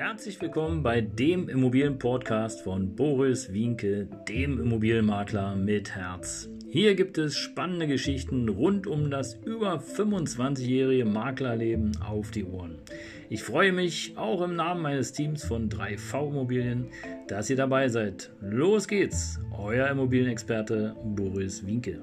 Herzlich willkommen bei dem Immobilien-Podcast von Boris Wienke, dem Immobilienmakler mit Herz. Hier gibt es spannende Geschichten rund um das über 25-jährige Maklerleben auf die Ohren. Ich freue mich auch im Namen meines Teams von 3V Immobilien, dass ihr dabei seid. Los geht's, euer Immobilienexperte Boris Wienke.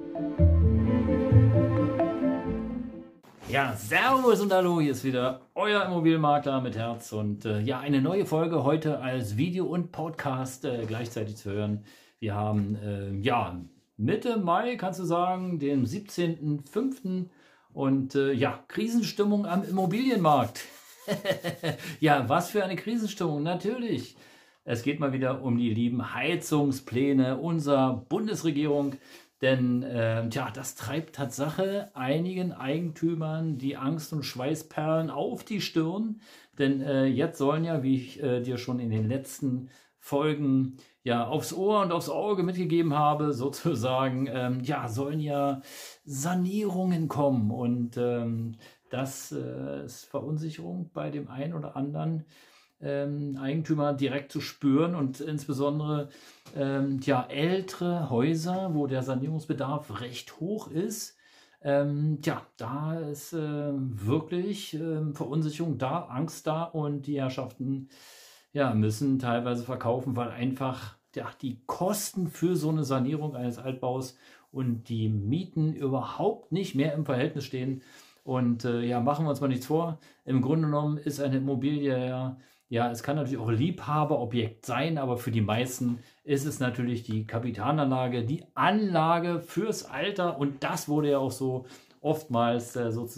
Ja, servus und hallo, hier ist wieder euer Immobilienmakler mit Herz und eine neue Folge heute als Video und Podcast gleichzeitig zu hören. Wir haben Mitte Mai, kannst du sagen, den 17.05. und Krisenstimmung am Immobilienmarkt. Ja, was für eine Krisenstimmung, natürlich. Es geht mal wieder um die lieben Heizungspläne unserer Bundesregierung. Denn das treibt Tatsache einigen Eigentümern die Angst- und Schweißperlen auf die Stirn. Denn jetzt sollen ja, wie ich dir schon in den letzten Folgen aufs Ohr und aufs Auge mitgegeben habe, sozusagen, sollen ja Sanierungen kommen. Und das ist Verunsicherung bei dem einen oder anderen Eigentümer direkt zu spüren und insbesondere ältere Häuser, wo der Sanierungsbedarf recht hoch ist, da ist wirklich Verunsicherung da, Angst da und die Herrschaften müssen teilweise verkaufen, weil einfach die Kosten für so eine Sanierung eines Altbaus und die Mieten überhaupt nicht mehr im Verhältnis stehen. Und machen wir uns mal nichts vor, im Grunde genommen ist eine Immobilie es kann natürlich auch Liebhaberobjekt sein, aber für die meisten ist es natürlich die Kapitalanlage, die Anlage fürs Alter. Und das wurde ja auch so oftmals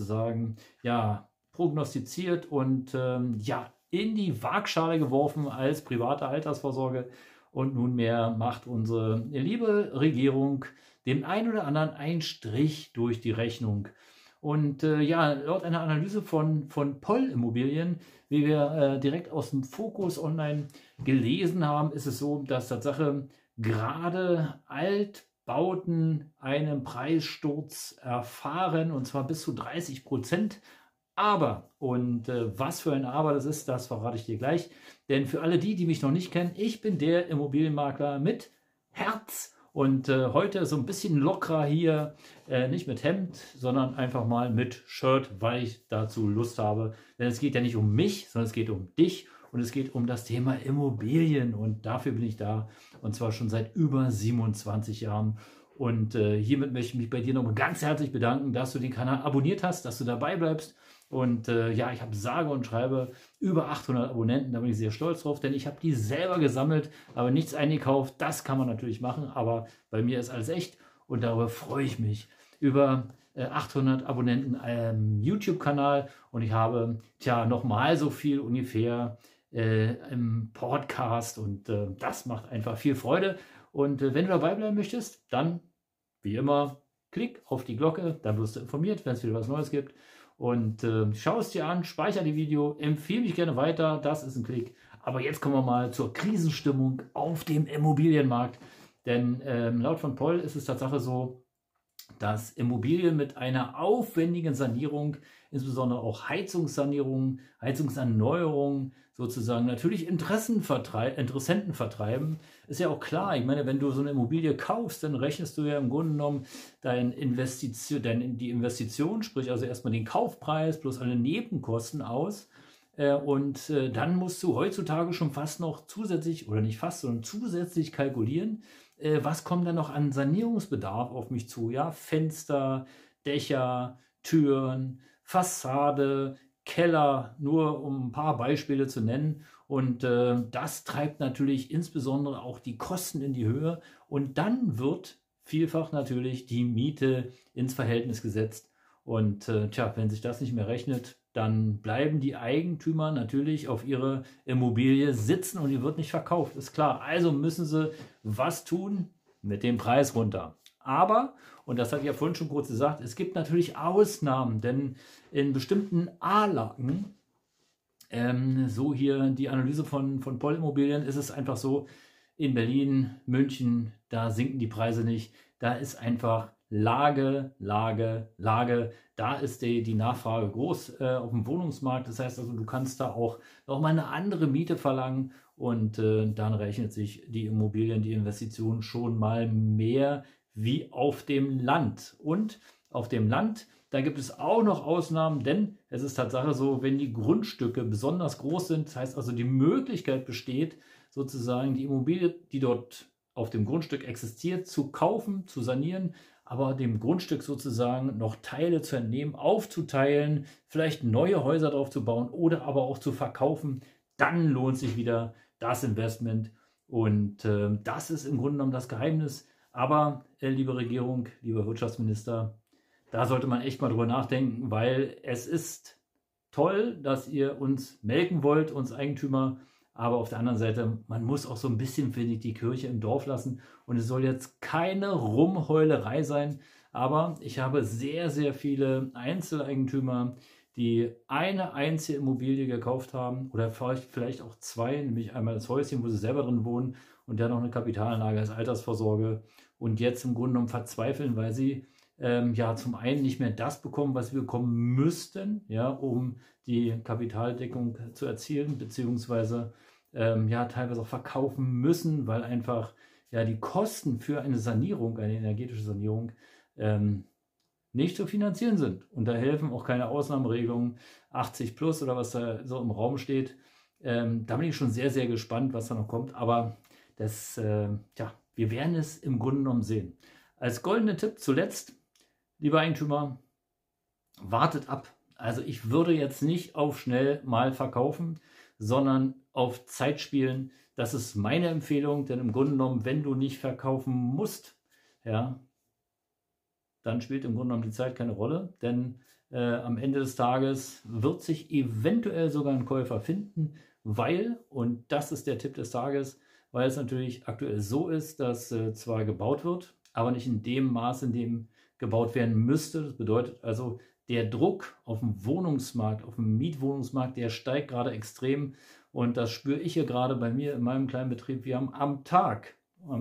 prognostiziert und in die Waagschale geworfen als private Altersvorsorge. Und nunmehr macht unsere liebe Regierung dem einen oder anderen einen Strich durch die Rechnung. Und laut einer Analyse von Poll Immobilien, wie wir direkt aus dem Fokus Online gelesen haben, ist es so, dass Tatsache gerade Altbauten einen Preissturz erfahren, und zwar bis zu 30%. Aber, und was für ein Aber das ist, das verrate ich dir gleich. Denn für alle die mich noch nicht kennen, ich bin der Immobilienmakler mit Herz. Und heute so ein bisschen lockerer hier, nicht mit Hemd, sondern einfach mal mit Shirt, weil ich dazu Lust habe. Denn es geht ja nicht um mich, sondern es geht um dich und es geht um das Thema Immobilien. Und dafür bin ich da, und zwar schon seit über 27 Jahren. Und hiermit möchte ich mich bei dir nochmal ganz herzlich bedanken, dass du den Kanal abonniert hast, dass du dabei bleibst. Und ich habe sage und schreibe über 800 Abonnenten, da bin ich sehr stolz drauf, denn ich habe die selber gesammelt, aber nichts eingekauft. Das kann man natürlich machen, aber bei mir ist alles echt und darüber freue ich mich. Über 800 Abonnenten YouTube-Kanal und ich habe nochmal so viel ungefähr im Podcast und das macht einfach viel Freude. Und wenn du dabei bleiben möchtest, dann wie immer klick auf die Glocke, dann wirst du informiert, wenn es wieder was Neues gibt. Und schau es dir an, speicher die Video, empfehle mich gerne weiter, das ist ein Klick. Aber jetzt kommen wir mal zur Krisenstimmung auf dem Immobilienmarkt. Denn laut von Poll ist es Tatsache so, dass Immobilien mit einer aufwendigen Sanierung, insbesondere auch Heizungssanierung, Heizungserneuerung sozusagen natürlich Interessenten vertreiben. Ist ja auch klar, ich meine, wenn du so eine Immobilie kaufst, dann rechnest du ja im Grunde genommen die Investition, sprich also erstmal den Kaufpreis plus alle Nebenkosten aus. Und dann musst du heutzutage schon fast noch zusätzlich, oder nicht fast, sondern zusätzlich kalkulieren, was kommt dann noch an Sanierungsbedarf auf mich zu? Ja, Fenster, Dächer, Türen, Fassade, Keller, nur um ein paar Beispiele zu nennen. Und das treibt natürlich insbesondere auch die Kosten in die Höhe. Und dann wird vielfach natürlich die Miete ins Verhältnis gesetzt. Und wenn sich das nicht mehr rechnet, dann bleiben die Eigentümer natürlich auf ihre Immobilie sitzen und die wird nicht verkauft, ist klar. Also müssen sie was tun? Mit dem Preis runter. Aber, und das hatte ich ja vorhin schon kurz gesagt, es gibt natürlich Ausnahmen, denn in bestimmten A-Lagen, so hier die Analyse von Poll Immobilien, ist es einfach so, in Berlin, München, da sinken die Preise nicht. Da ist einfach Lage, Lage, Lage. Da ist die Nachfrage groß auf dem Wohnungsmarkt. Das heißt also, du kannst da auch noch mal eine andere Miete verlangen und dann rechnet sich die Immobilien, die Investition schon mal mehr wie auf dem Land. Und auf dem Land, da gibt es auch noch Ausnahmen, denn es ist Tatsache so, wenn die Grundstücke besonders groß sind, das heißt also die Möglichkeit besteht, sozusagen die Immobilie, die dort auf dem Grundstück existiert, zu kaufen, zu sanieren, aber dem Grundstück sozusagen noch Teile zu entnehmen, aufzuteilen, vielleicht neue Häuser drauf zu bauen oder aber auch zu verkaufen, dann lohnt sich wieder das Investment. Und das ist im Grunde genommen das Geheimnis. Aber, liebe Regierung, lieber Wirtschaftsminister, da sollte man echt mal drüber nachdenken, weil es ist toll, dass ihr uns melken wollt, uns Eigentümer. Aber auf der anderen Seite, man muss auch so ein bisschen, finde ich, die Kirche im Dorf lassen. Und es soll jetzt keine Rumheulerei sein. Aber ich habe sehr, sehr viele Einzeleigentümer, die eine einzige Immobilie gekauft haben oder vielleicht auch zwei, nämlich einmal das Häuschen, wo sie selber drin wohnen und dann noch eine Kapitalanlage als Altersvorsorge und jetzt im Grunde genommen verzweifeln, weil sie ja zum einen nicht mehr das bekommen, was wir bekommen müssten, ja, um die Kapitaldeckung zu erzielen, beziehungsweise ja, teilweise auch verkaufen müssen, weil einfach ja die Kosten für eine Sanierung, eine energetische Sanierung, nicht zu finanzieren sind. Und da helfen auch keine Ausnahmeregelungen, 80 plus oder was da so im Raum steht. Da bin ich schon sehr, sehr gespannt, was da noch kommt. Aber das, ja, wir werden es im Grunde genommen sehen. Als goldenen Tipp zuletzt, lieber Eigentümer, wartet ab. Also ich würde jetzt nicht auf schnell mal verkaufen, sondern auf Zeit spielen. Das ist meine Empfehlung, denn im Grunde genommen, wenn du nicht verkaufen musst, ja, dann spielt im Grunde genommen die Zeit keine Rolle, denn am Ende des Tages wird sich eventuell sogar ein Käufer finden, weil, und das ist der Tipp des Tages, weil es natürlich aktuell so ist, dass zwar gebaut wird, aber nicht in dem Maß, in dem gebaut werden müsste. Das bedeutet also, der Druck auf dem Wohnungsmarkt, auf dem Mietwohnungsmarkt, der steigt gerade extrem und das spüre ich hier gerade bei mir in meinem kleinen Betrieb. Wir haben am Tag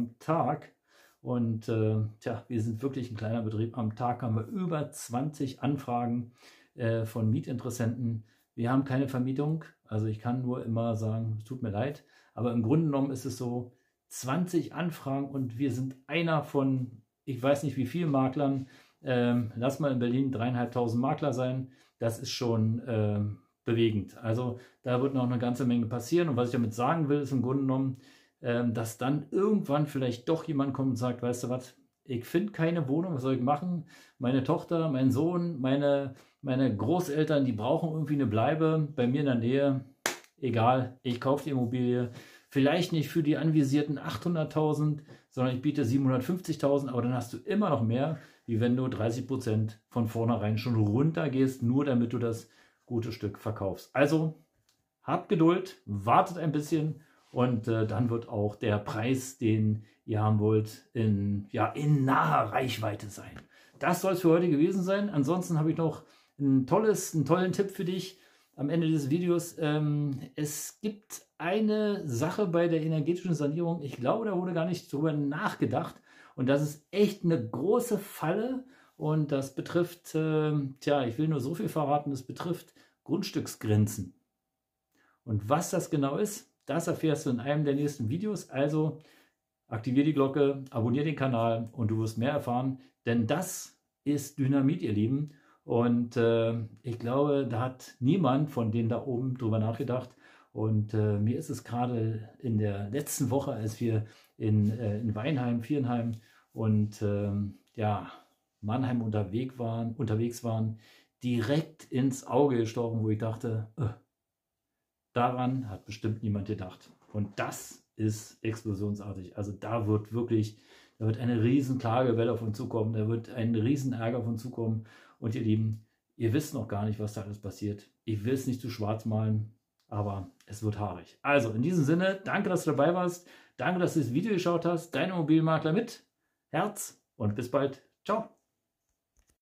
und tja, wir sind wirklich ein kleiner Betrieb. Am Tag haben wir über 20 Anfragen von Mietinteressenten. Wir haben keine Vermietung, also ich kann nur immer sagen, es tut mir leid. Aber im Grunde genommen ist es so, 20 Anfragen und wir sind einer von, ich weiß nicht wie vielen Maklern. Lass mal in Berlin 3.500 Makler sein. Das ist schon bewegend. Also da wird noch eine ganze Menge passieren. Und was ich damit sagen will, ist im Grunde genommen, dass dann irgendwann vielleicht doch jemand kommt und sagt, weißt du was, ich finde keine Wohnung, was soll ich machen? Meine Tochter, mein Sohn, meine Großeltern, die brauchen irgendwie eine Bleibe bei mir in der Nähe. Egal, ich kaufe die Immobilie. Vielleicht nicht für die anvisierten 800.000, sondern ich biete 750.000, aber dann hast du immer noch mehr, wie wenn du 30% von vornherein schon runtergehst, nur damit du das gute Stück verkaufst. Also habt Geduld, wartet ein bisschen und dann wird auch der Preis, den ihr haben wollt, in naher Reichweite sein. Das soll es für heute gewesen sein. Ansonsten habe ich noch einen tollen Tipp für dich am Ende dieses Videos. Es gibt eine Sache bei der energetischen Sanierung, ich glaube, da wurde gar nicht drüber nachgedacht und das ist echt eine große Falle und das betrifft, tja, ich will nur so viel verraten, das betrifft Grundstücksgrenzen. Und was das genau ist, das erfährst du in einem der nächsten Videos, also aktiviere die Glocke, abonniere den Kanal und du wirst mehr erfahren, denn das ist Dynamit, ihr Lieben. Und ich glaube, da hat niemand von denen da oben drüber nachgedacht. Und mir ist es gerade in der letzten Woche, als wir in Weinheim, Viernheim und ja, Mannheim unterwegs waren, direkt ins Auge gestochen, wo ich dachte, daran hat bestimmt niemand gedacht. Und das ist explosionsartig. Also da wird eine riesen Klagewelle auf uns zukommen, da wird ein riesen Ärger auf uns zukommen. Und ihr Lieben, ihr wisst noch gar nicht, was da alles passiert. Ich will es nicht zu schwarz malen, aber es wird haarig. Also in diesem Sinne, danke, dass du dabei warst. Danke, dass du das Video geschaut hast. Dein Immobilienmakler mit Herz und bis bald. Ciao.